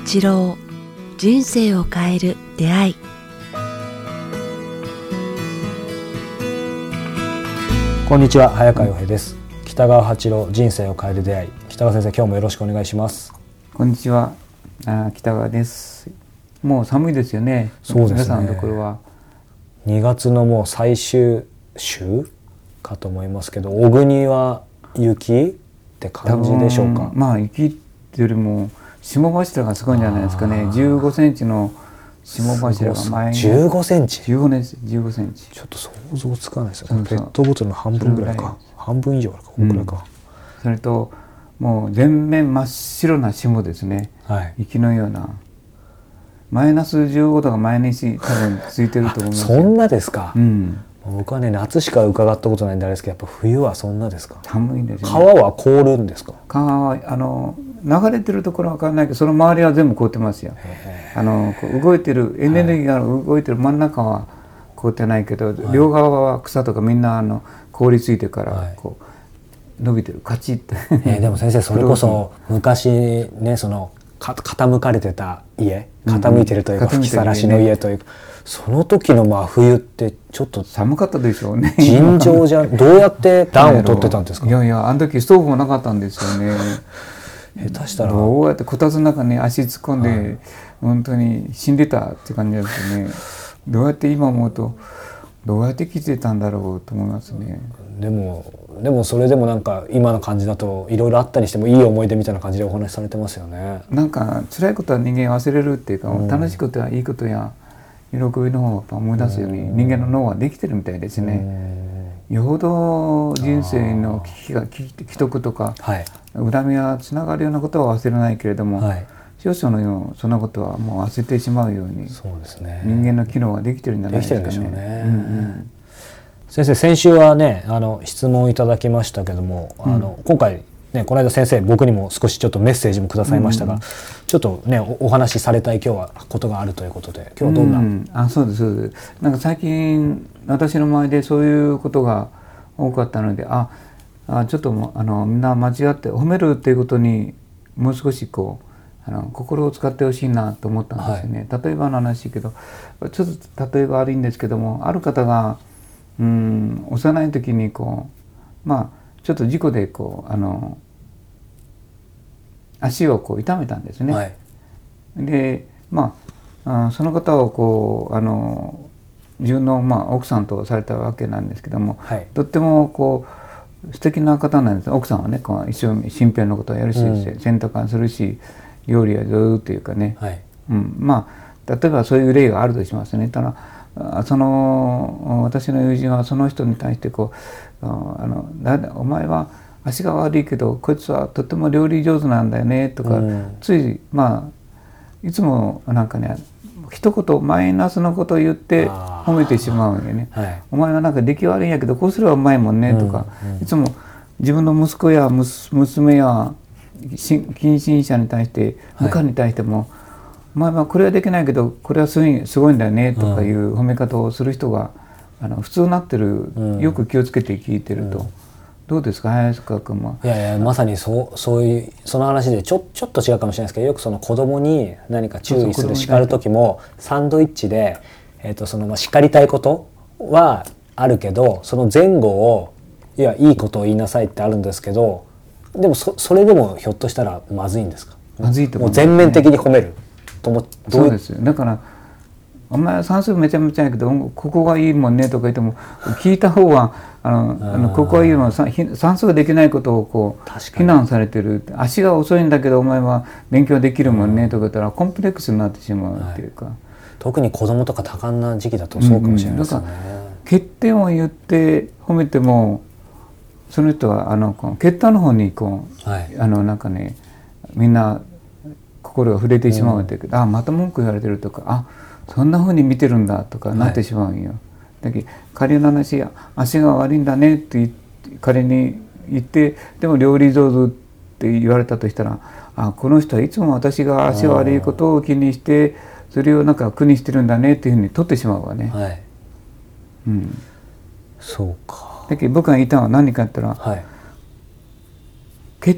八郎、人生を変える出会い。 こんにちは、早川洋平です。北川八郎、人生を変える出会い。北川先生、今日もよろしくお願いします。 こんにちは、北川です。もう寒いですよね。 そうですね。 皆さんのところは 2月のもう最終週かと思いますけど、小国は雪って感じでしょうか。 まあ雪っていうよりも霜柱がすごいんじゃないですかね。15センチの霜柱が前に 15センチ 15センチちょっと想像つかないですよ。ペットボトルの半分ぐらいか、半分以上あるか、このくらいか、 それともう全面真っ白な霜ですね、雪のような。マイナス15度が毎日多分ついてると思いますよ。 そんなですか。僕はね、夏しか伺ったことないんであれですけど、やっぱ冬はそんなですか。 寒いですね。 川は凍るんですか。 川は流れてるところは分からないけど、その周りは全部凍ってますよ。こう動いてるエネルギーが動いてる真ん中は凍ってないけど、両側は草とかみんな凍りついてからこう伸びてる、カチッてでも先生、それこそ昔ね、その傾かれてた家、傾いてるというか、吹きさらしの家というか、その時の真冬ってちょっと寒かったでしょうね。 尋常じゃどうやって暖を取ってたんですか。 いや、あの時ストーブもなかったんですよね。 下手したらどうやってこたつの中に足突っ込んで、本当に死んでたって感じですね。どうやって今思うとどうやって生きてたんだろうと思いますね。 でもそれでもなんか今の感じだといろいろあったりしてもいい思い出みたいな感じでお話しされてますよね。なんか辛いことは人間忘れるっていうか、楽しいことはいいことや喜びの方を思い出すように人間の脳はできてるみたいですね。よほど人生の危篤とか、恨みやつながるようなことは忘れないけれども、少々のようそんなことはもう忘れてしまうように、そうですね、人間の機能はできてるんじゃないですかね。できてるんでしょうね。 先生、先週はね、質問いただきましたけども、今回ね、この間先生僕にも少しちょっとメッセージもくださいましたが、ちょっとね お話しされたい今日はことがあるということで、今日はどんな。 そうですそうです。なんか最近私の周りでそういうことが多かったので、ちょっとみんな間違って褒めるっていうことにもう少しこう心を使ってほしいなと思ったんですよね。例えばの話けど、ちょっと例えば悪いんですけども、ある方が幼い時にこうちょっと事故でこう足をこう痛めたんですね。でその方をこう自分の奥さんとされたわけなんですけども、とってもこう素敵な方なんです。奥さんはね、こう一生身辺のことをやるし、洗濯はするし、料理は上手というかね、例えばそういう例があるとしますね。ただ私の友人はその人に対してこうお前は足が悪いけどこいつはとても料理上手なんだよねとか、ついいつもなんかね、一言マイナスのことを言って褒めてしまうんよね。お前はなんか出来悪いんやけどこうすればうまいもんねとか、いつも自分の息子や娘や近親者に対して部下に対しても、お前はこれはできないけどこれはすごいんだよねとかいう褒め方をする人が普通になってる。よく気をつけて聞いてると。どうですか、林川君も。 いやまさにそういうその話でちょっと違うかもしれないですけど、よくその子供に何か注意する叱る時もサンドイッチで、叱りたいことはあるけど、その前後をいいことを言いなさいってあるんですけど、でもそれでもひょっとしたらまずいんですか。 まずいと思う、 もう全面的に褒めると思って。 そうですよ。だからお前は算数めちゃめちゃやけどここがいいもんねとか言っても、聞いた方はここはいいもん、算数ができないことをこう非難されてる。足が遅いんだけどお前は勉強できるもんねとか言ったらコンプレックスになってしまうっていうか、 特に子供とか多感な時期だとそうかもしれないですね。だから欠点を言って褒めても、その人は欠点の方にこう、なんかね、みんな心が触れてしまうんだけど、また文句言われてるとか、そんな風に見てるんだとかなってしまうんよ。だけど仮の話、足が悪いんだねって彼に言って、でも料理上手って言われたとしたら、この人はいつも私が足が悪いことを気にしてそれをなんか苦にしてるんだねっていうふうに取ってしまうわね。 そうか。 だけど僕が言いたのは何かって言ったら、欠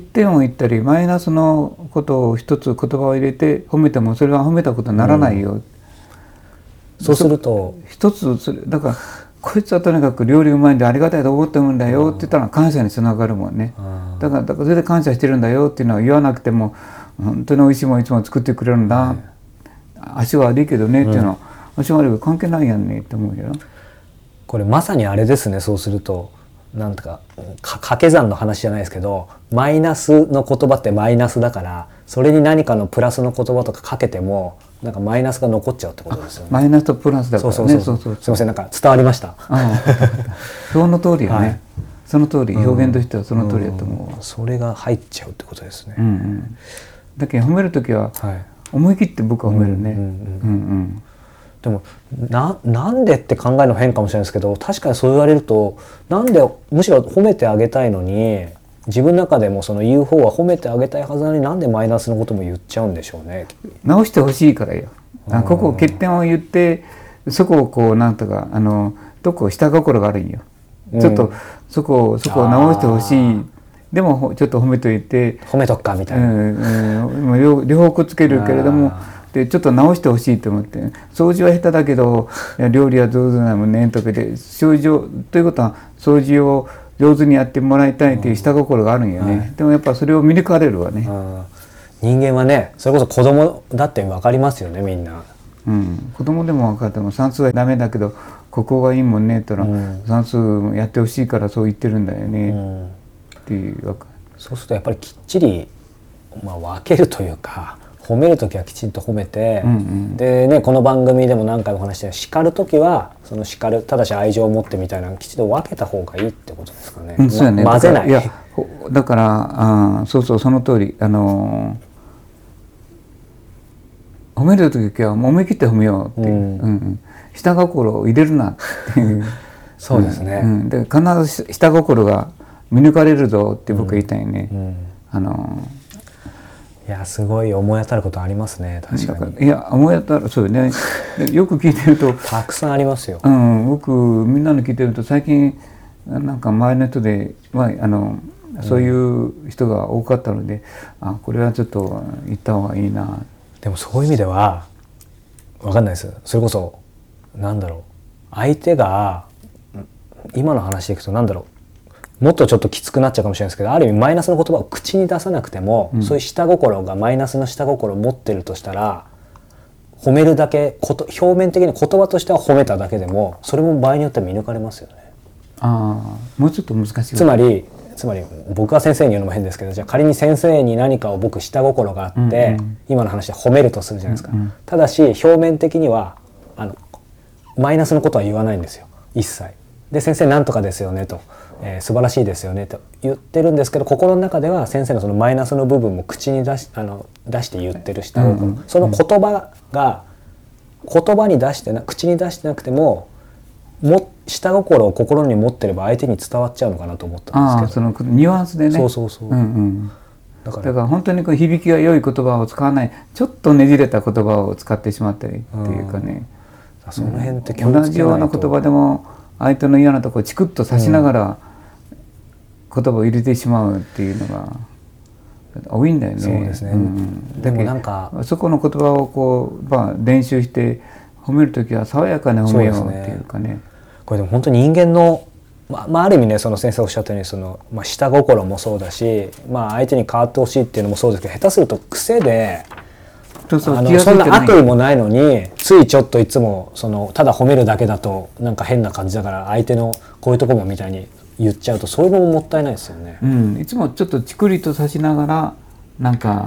点を言ったりマイナスのことを一つ言葉を入れて褒めてもそれは褒めたことにならないよ、 そうすると一つだからこいつはとにかく料理うまいんでありがたいと思ってるんだよって言ったら感謝につながるもんね。だからそれで感謝してるんだよっていうのは言わなくても本当に美味しいもんいつも作ってくれるんだ、足は悪いけどねっていうのは、足は悪いけど関係ないやんねって思うよ。 これまさにあれですね。そうするとなんとか掛け算の話じゃないですけど、マイナスの言葉ってマイナスだから、それに何かのプラスの言葉とかかけてもなんかマイナスが残っちゃうってことですよね。 マイナスとプラスだからね。 すいません、なんか伝わりました。 その通りよね、その通り、表現としてはその通りだと思う。 それが入っちゃうってことですね。 だけど褒めるときは思い切って僕は褒めるね。 でもなんでって考えるの変かもしれないですけど、確かにそう言われると、なんでむしろ褒めてあげたいのに、自分の中でもその言う方は褒めてあげたいはずなのに、なんでマイナスのことも言っちゃうんでしょうね。 直してほしいからよ。ここ欠点を言ってそこをこうなんとかどこ下心があるんよ。ちょっとそこを直してほしい。でもちょっと褒めといて褒めとくかみたいな、 両方くっつけるけれどもでちょっと直してほしいと思って、掃除は下手だけど料理は上手なもんねとかで、掃除をということは掃除を上手にやってもらいたいという下心があるんよね。でもやっぱそれを見抜かれるわね。 人間はね、それこそ子供だって分かりますよね、みんな。 子供でも分かっても算数はダメだけどここがいいもんねと算数やってほしいからそう言ってるんだよねっていう。 そうするとやっぱりきっちり、分けるというか、褒めるときはきちんと褒めて、でね、この番組でも何回も話してる、叱るときはその叱る、ただし愛情を持ってみたいなのをきちんと分けた方がいいってことですかね。 そうやね。 混ぜない。 いやだからそうその通り。褒めるときは思い切って褒めようっていう、下心を入れるなっていうそうですね、 で必ず下心が見抜かれるぞって僕は言いたいね。 いやすごい思い当たることありますね。確かに。 いや思い当たる、そうよね。よく聞いてるとたくさんありますよ。 僕みんなの聞いてると最近なんか周りの人で、そういう人が多かったので、これはちょっと言った方がいいな。 でもそういう意味では分かんないです。それこそなんだろう、相手が今の話でいくとなんだろう、もっとちょっときつくなっちゃうかもしれないですけど、ある意味マイナスの言葉を口に出さなくても、そういう下心がマイナスの下心を持ってるとしたら、褒めるだけ表面的に言葉としては褒めただけでも、それも場合によっては見抜かれますよね。 もうちょっと難しい。 つまり僕が先生に言うのも変ですけど、じゃあ仮に先生に何かを僕下心があって、今の話で褒めるとするじゃないですか。ただし表面的にはマイナスのことは言わないんですよ、一切。で先生なんとかですよねと、素晴らしいですよねと言ってるんですけど、心の中では先生のそのマイナスの部分も口に出して言ってる下心、その言葉が言葉に口に出してなくても下心を心に持ってれば相手に伝わっちゃうのかなと思ったんですけど。 そのニュアンスでね。だから本当にこう響きが良い言葉を使わない、ちょっとねじれた言葉を使ってしまったりっていうかね、 その辺って気をつけないと。 同じような言葉でも相手の嫌なところをチクッと刺しながら言葉を入れてしまうっていうのが多いんだよね。 そうですね。でもなんかそこの言葉をこう、練習して褒めるときは爽やかに褒めようっていうかね。 これでも本当に人間の、ある意味ね、その先生おっしゃったように下心もそうだし、相手に変わってほしいっていうのもそうですけど、下手すると癖でそんな悪意もないのに、ついちょっといつもただ褒めるだけだとなんか変な感じだから、相手のこういうとこもみたいに言っちゃうと、そういうのももったいないですよね。 いつもちょっとチクリと刺しながらなんか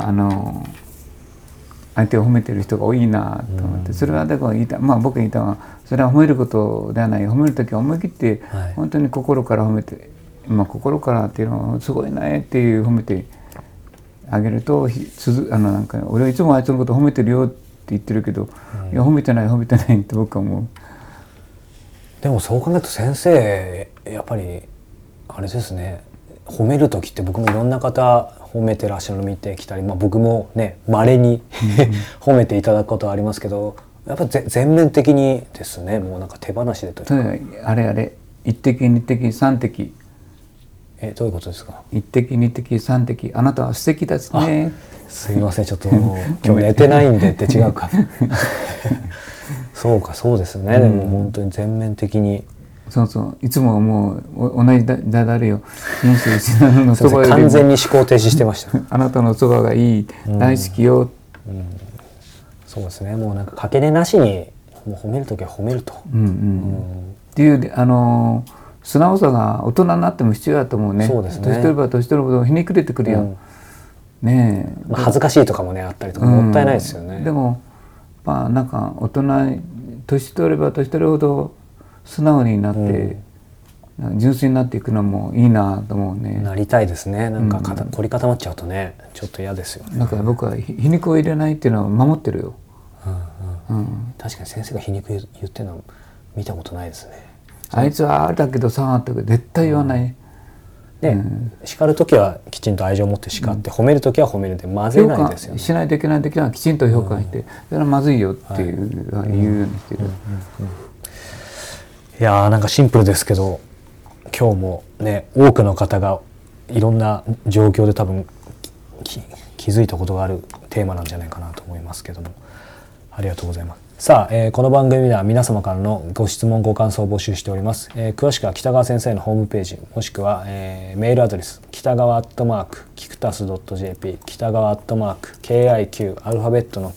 相手を褒めてる人が多いなと思って、それはだから僕が言いたのは、それは褒めることではない。褒める時は思い切って本当に心から褒めて、心からっていうのはすごいねっていう褒めてあげると、なんか俺はいつもあいつのこと褒めてるよって言ってるけど、いや褒めてないって僕は思う。 でもそう考えると先生やっぱりあれですね、褒める時って僕もいろんな方褒めてらっしゃるの見てきたり、僕もね稀に褒めていただくことはありますけど、やっぱり全面的にですね、もうなんか手放しでというか、 あれ1滴2滴3滴どういうことですか？ 1滴2滴3滴あなたは素敵ですね。 すいませんちょっと今日寝てないんでって違うかそうかそうですね、でも本当に全面的にそうそういつももう同じだだれよ人生一なのそばよりも完全に思考停止してましたあなたのそばがいい、大好きよ、 そうですね、もうなんかかけねなしにもう褒めるときは褒めると、 っていう素直さが大人になっても必要だと思うね。 そうですね、 年取れば年取るほどひねくれてくるよ、ねえ、 恥ずかしいとかもねあったりとかもったいないですよね、 でもまあなんか大人年取れば年取るほど素直になって、純粋になっていくのもいいなと思うね。 なりたいですね。なんか凝り固まっちゃうとねちょっと嫌ですよね。 だから僕は皮肉を入れないっていうのは守ってるよ。 確かに先生が皮肉言ってるの見たことないですね。 あいつはあれだけどさって絶対言わない。 叱るときはきちんと愛情を持って叱って、褒めるときは褒めるで混ぜないですよね。 評価しないといけないときはきちんと評価して、それはまずいよっていう、言うようにしてる。 いやーなんかシンプルですけど今日もね多くの方がいろんな状況で多分気づいたことがあるテーマなんじゃないかなと思いますけども、ありがとうございます。さあ、この番組では皆様からのご質問ご感想を募集しております。詳しくは北川先生のホームページもしくは、メールアドレス北川キクタス .jp 北川KIQ アルファベットの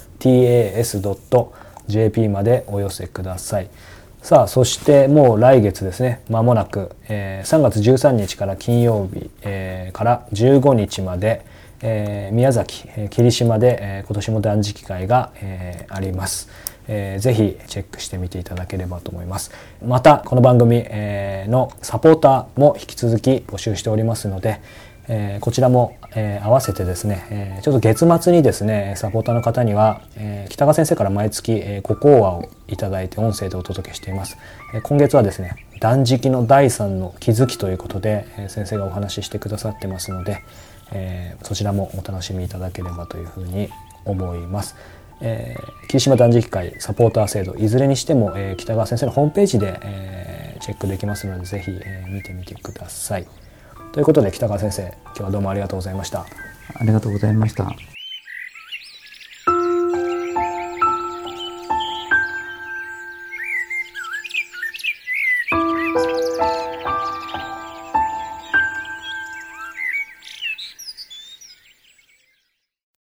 QTAS.jp までお寄せください。さあそしてもう来月ですね、間もなく、3月13日から金曜日、から15日まで、宮崎、霧島で、今年も断食会が、あります。ぜひチェックしてみていただければと思います。またこの番組、のサポーターも引き続き募集しておりますので、こちらも、合わせてですね、ちょっと月末にですねサポーターの方には、北川先生から毎月、ご講話をいただいて音声でお届けしています。今月はですね断食の第3の気づきということで、先生がお話ししてくださってますので、そちらもお楽しみいただければというふうに思います。霧島断食会サポーター制度いずれにしても、北川先生のホームページで、チェックできますのでぜひ、見てみてください。ということで北川先生今日はどうもありがとうございました。 ありがとうございました。